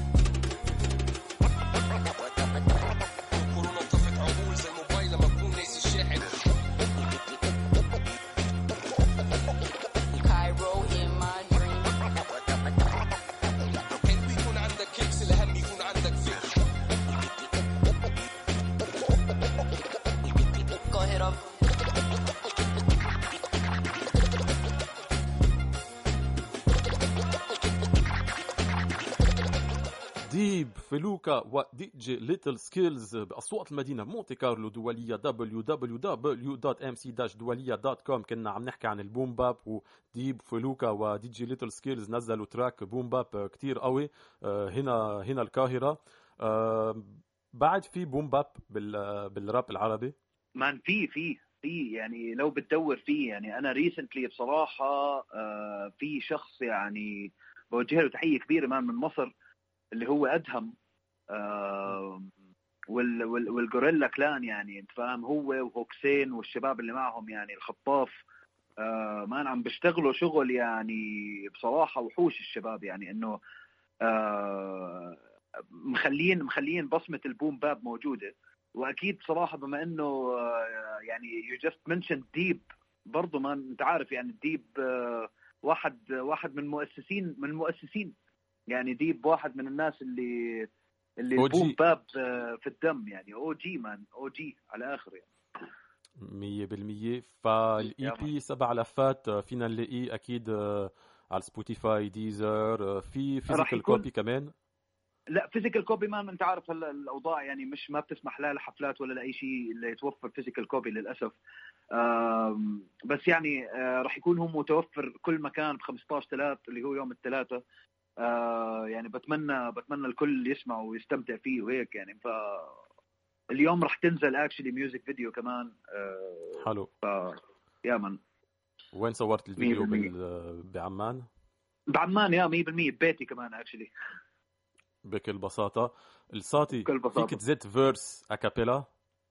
كورونا طفت عقول زي الموبايل لما اكون ناسي ديب فلوكا ودي جي ليتل سكيلز بأصوات المدينة مونتي كارلو دولية www.mc-dualia.com. كنا عم نحكي عن البوم باب، وديب فلوكا ودي جي ليتل سكيلز نزلوا تراك بوم باب كتير قوي هنا القاهرة. بعد في بوم باب بالراب العربي مان في يعني لو بتدور فيه، يعني انا ريسنتلي بصراحه في شخص يعني بوجه له تحيه كبيره مان من مصر اللي هو ادهم والغوريلا كلان، يعني انت فاهم، هو وهوكسين والشباب اللي معهم يعني الخطاف مان عم بيشتغلوا شغل يعني بصراحه وحوش الشباب، يعني انه مخلين بصمه البوم باب موجوده. واكيد بصراحه بما انه يعني you just mentioned ديب برضه، ما انت عارف يعني ديب واحد من المؤسسين يعني ديب واحد من الناس اللي البوم باب في الدم، يعني او جي مان، او جي على اخر يعني 100%. فالاي بي 7 لفات فينا نلاقيه اكيد على سبوتيفاي، ديزر، في فيزيكال كوبي كمان. لا فيزيكال كوبي ما انت عارف الاوضاع يعني مش ما بتسمح لا لحفلات ولا لاي شيء اللي يتوفر فيزيكال كوبي للاسف. بس يعني راح يكون هو متوفر كل مكان ب 15/3 اللي هو يوم الثلاثاء. يعني بتمنى الكل يسمع ويستمتع فيه وهيك يعني. ف اليوم راح تنزل اكشلي ميوزك فيديو كمان. حلو. يا من وين صورت الفيديو؟ بعمان يا 100% ببيتي كمان اكشلي. بكل بساطة. الصاتي فيك تزيد فيرس أكابيلا؟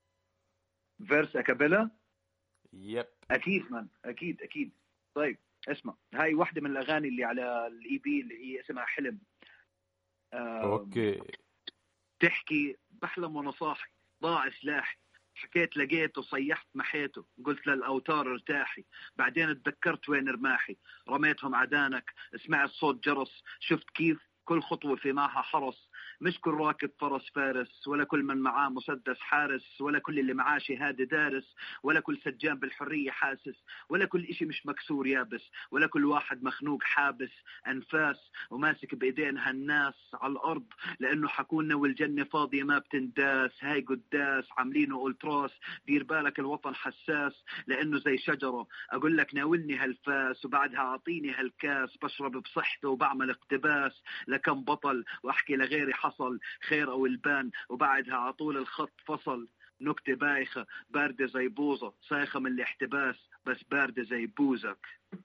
يب أكيد من أكيد. طيب اسمع، هاي واحدة من الأغاني اللي على الإي بي اللي هي اسمها حلم. أوكي. تحكي بحلم وأنا صاحي، ضاع سلاحي، حكيت لقيته، صيحت محيته، قلت للأوتار ارتاحي، بعدين اتذكرت وين رماحي، رميتهم عدانك، سمعت صوت جرس، شفت كيف كل خطوة في معها حرس، مش كل راكب فرس فارس، ولا كل من معاه مسدس حارس، ولا كل اللي معاه شهادة دارس، ولا كل سجان بالحرية حاسس، ولا كل إشي مش مكسور يابس، ولا كل واحد مخنوق حابس أنفاس وماسك بإيدينها الناس على الأرض، لأنه حكونا والجنة فاضية ما بتنداس، هاي قداس عاملينه ألتراس، دير بالك الوطن حساس، لأنه زي شجرة أقول لك ناولني هالفاس وبعدها أعطيني هالكاس، بشرب بصحته وبعمل اقتباس، كم بطل واحكي لغيري حصل خير او البان، وبعدها عطول الخط فصل، نكتة بايخة باردة زي بوظة، صايخة من الاحتباس بس باردة زي بوزك.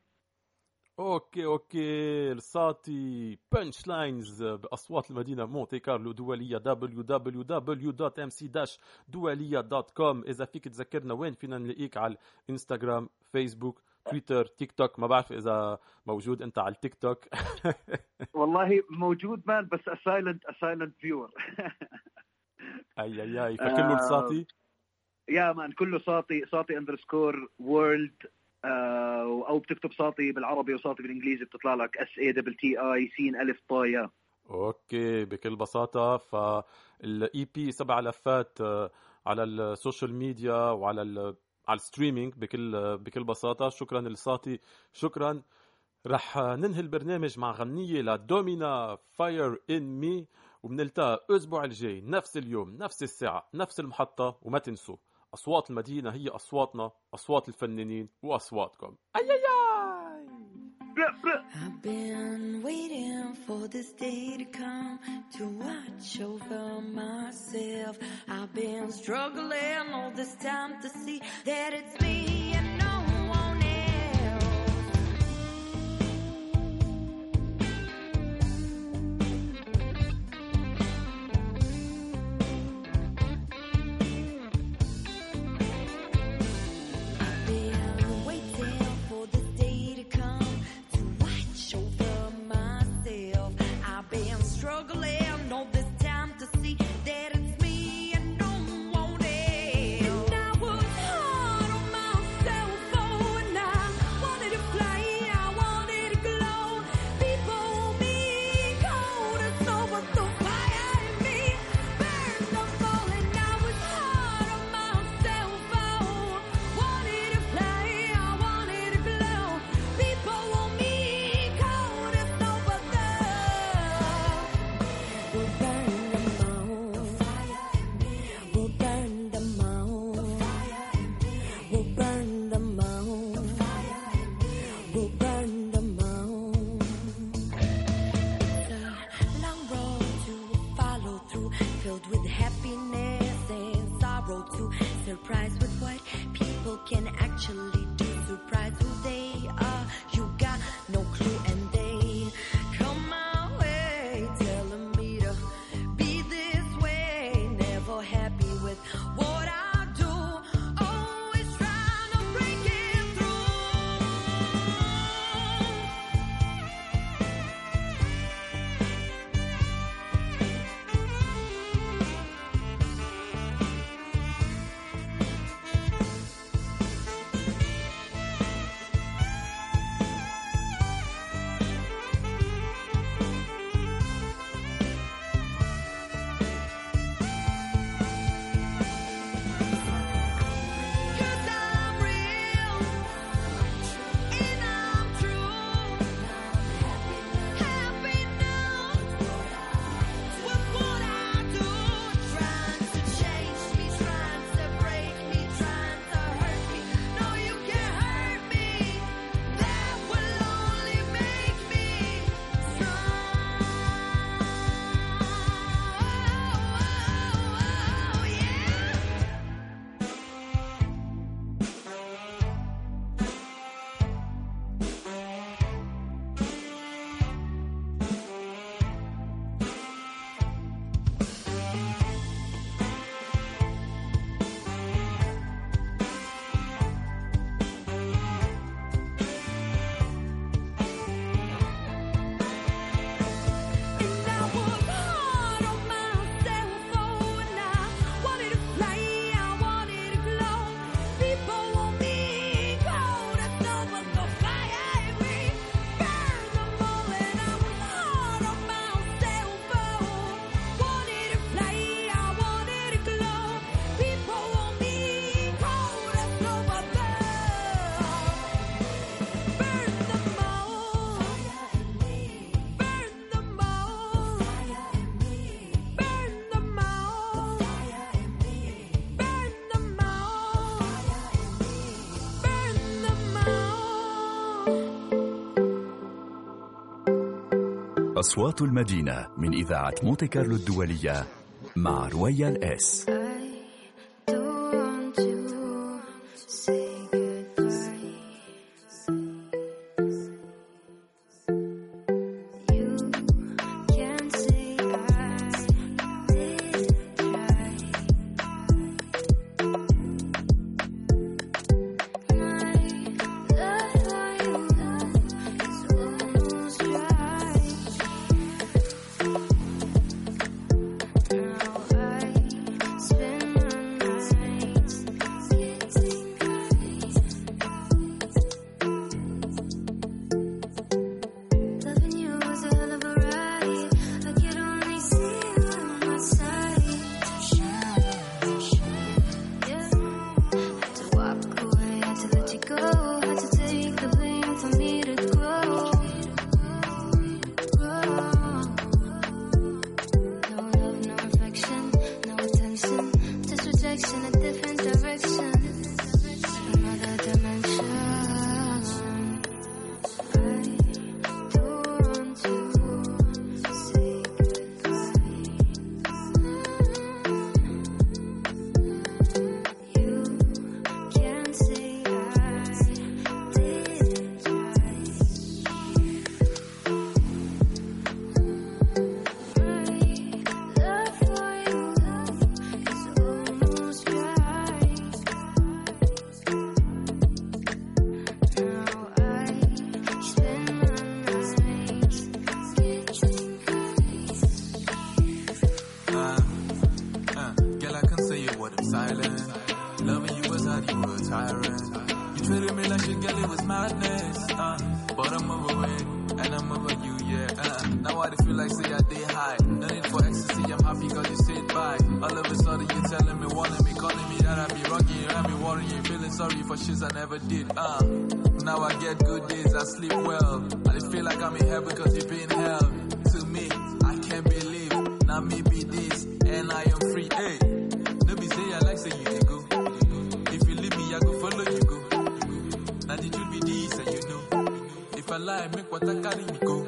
اوكي الصاتي بانش لاينز باصوات المدينه مونتي كارلو دوليه www.mc-dualia.com. اذا فيك تذكرنا وين فينا نلاقيك على الانستغرام، فيسبوك، تويتر، تيك توك؟ ما بعرف اذا موجود انت على التيك توك. والله موجود مان، بس اسايلنت فيور. اي فكله الصاتي يا مان، كله صاتي _world، او بتكتب صاتي بالعربي وصاتي بالانجليزي بتطلع لك SATTI _طايا. اوكي بكل بساطه. فالاي بي 7 لفات على السوشيال ميديا وعلى الستريمينج بكل بساطة. شكرا للصاتي، شكرا. رح ننهي البرنامج مع غنية لدومينا Fire in Me، وبنلتقى الأسبوع الجاي نفس اليوم نفس الساعة نفس المحطة. وما تنسوا أصوات المدينة هي أصواتنا، أصوات الفنانين وأصواتكم. I've been waiting for this day to come to watch over myself. I've been struggling all this time to see that it's me and no one else. I've been waiting for this day to come to watch over myself. I've been struggling all this time to see that it's me and no one else. And I was hard on myself. will burn them out. It's a long road to follow through, filled with happiness and sorrow too. Surprised with what people can actually do. Surprised who they are. You got no clue, and they come my way, telling me to be this way. Never happy with what I do. Always trying to break it through. أصوات المدينة من إذاعة مونتي كارلو الدولية مع رويال اس. Now did you be decent, you know? fala make water carry me go.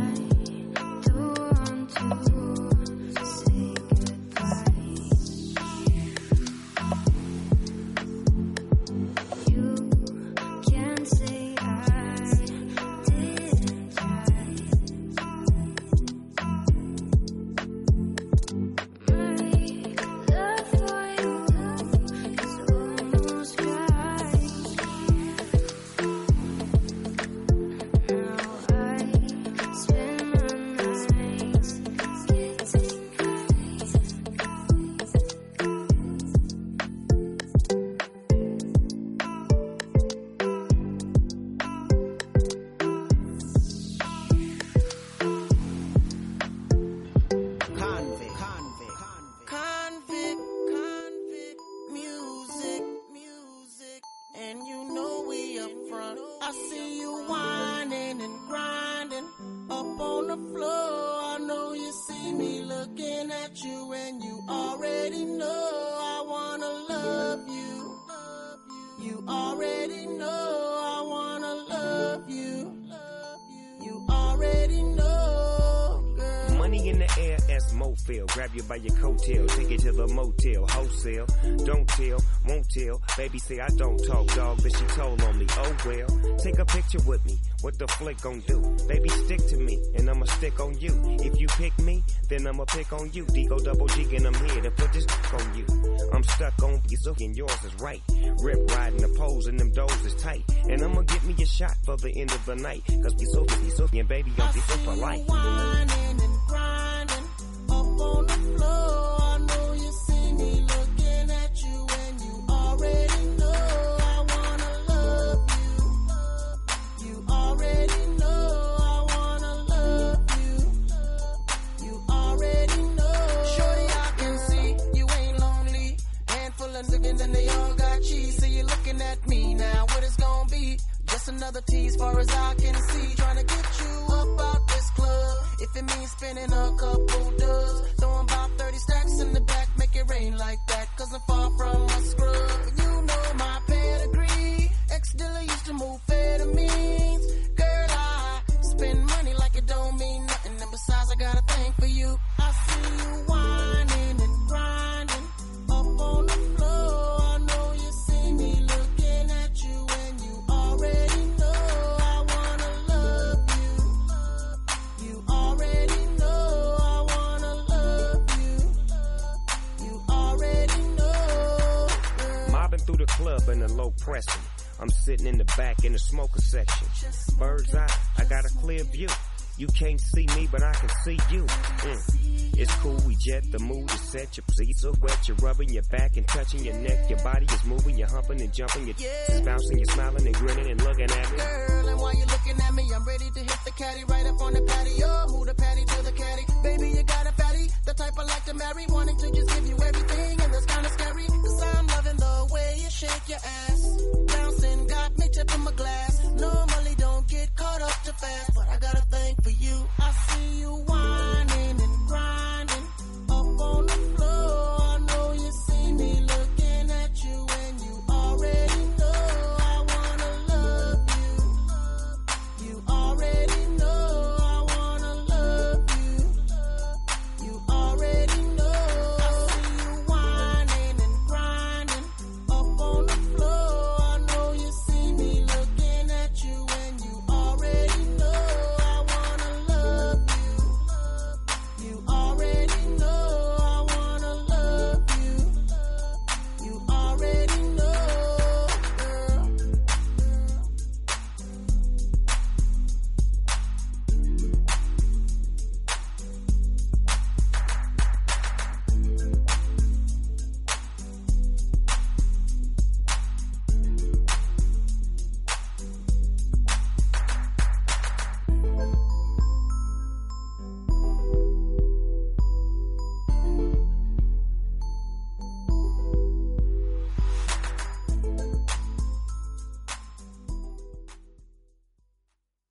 Grab you by your coattail, take it to the motel, wholesale. Don't tell, won't tell. Baby say I don't talk, dog, but she told on me. Oh well, take a picture with me. What the flick gon' do? Baby, stick to me, and I'ma stick on you. If you pick me, then I'ma pick on you. D-Go double G, and I'm here to put this on you. I'm stuck on you, and yours is right. Rip riding the poles, and them doors is tight. And I'ma get me a shot for the end of the night. Cause we so, and baby, I'll be so polite. Whining and grinding up on the floor. I know you see me looking at you, and you already know I wanna love you. You already know I wanna love you. You already know. Shorty, I can see you ain't lonely. Handful of niggas and they all got cheese. So you're looking at me now. What it's gonna be? Just another tease, far as I can see. Trying to get you up out this club. If it means spending a couple dubs, throwing about 30 stacks in the back, make it rain like that. Cause I'm far from a scrub. You know my pedigree. Ex-dealer used to move amphetamines. Girl, I spend money like it don't mean nothing. And besides, I got a thing for you. I see you whining and grinding up on the floor. I know you see me looking at you, and you already know I wanna love you. You already know I wanna love you. You already know. Mobbing through the club in a low pressing. I'm sitting in the back in the smoker section. Bird's eye, I got a clear view. You can't see me, but I can see you. It's cool, we jet, the mood is set. Your pussy so wet, you're rubbing your back and touching your neck. Your body is moving, you're humping and jumping. You're just bouncing, you're smiling and grinning and looking at me. Girl, and while you're looking at me, I'm ready to hit the caddy right up on the patio.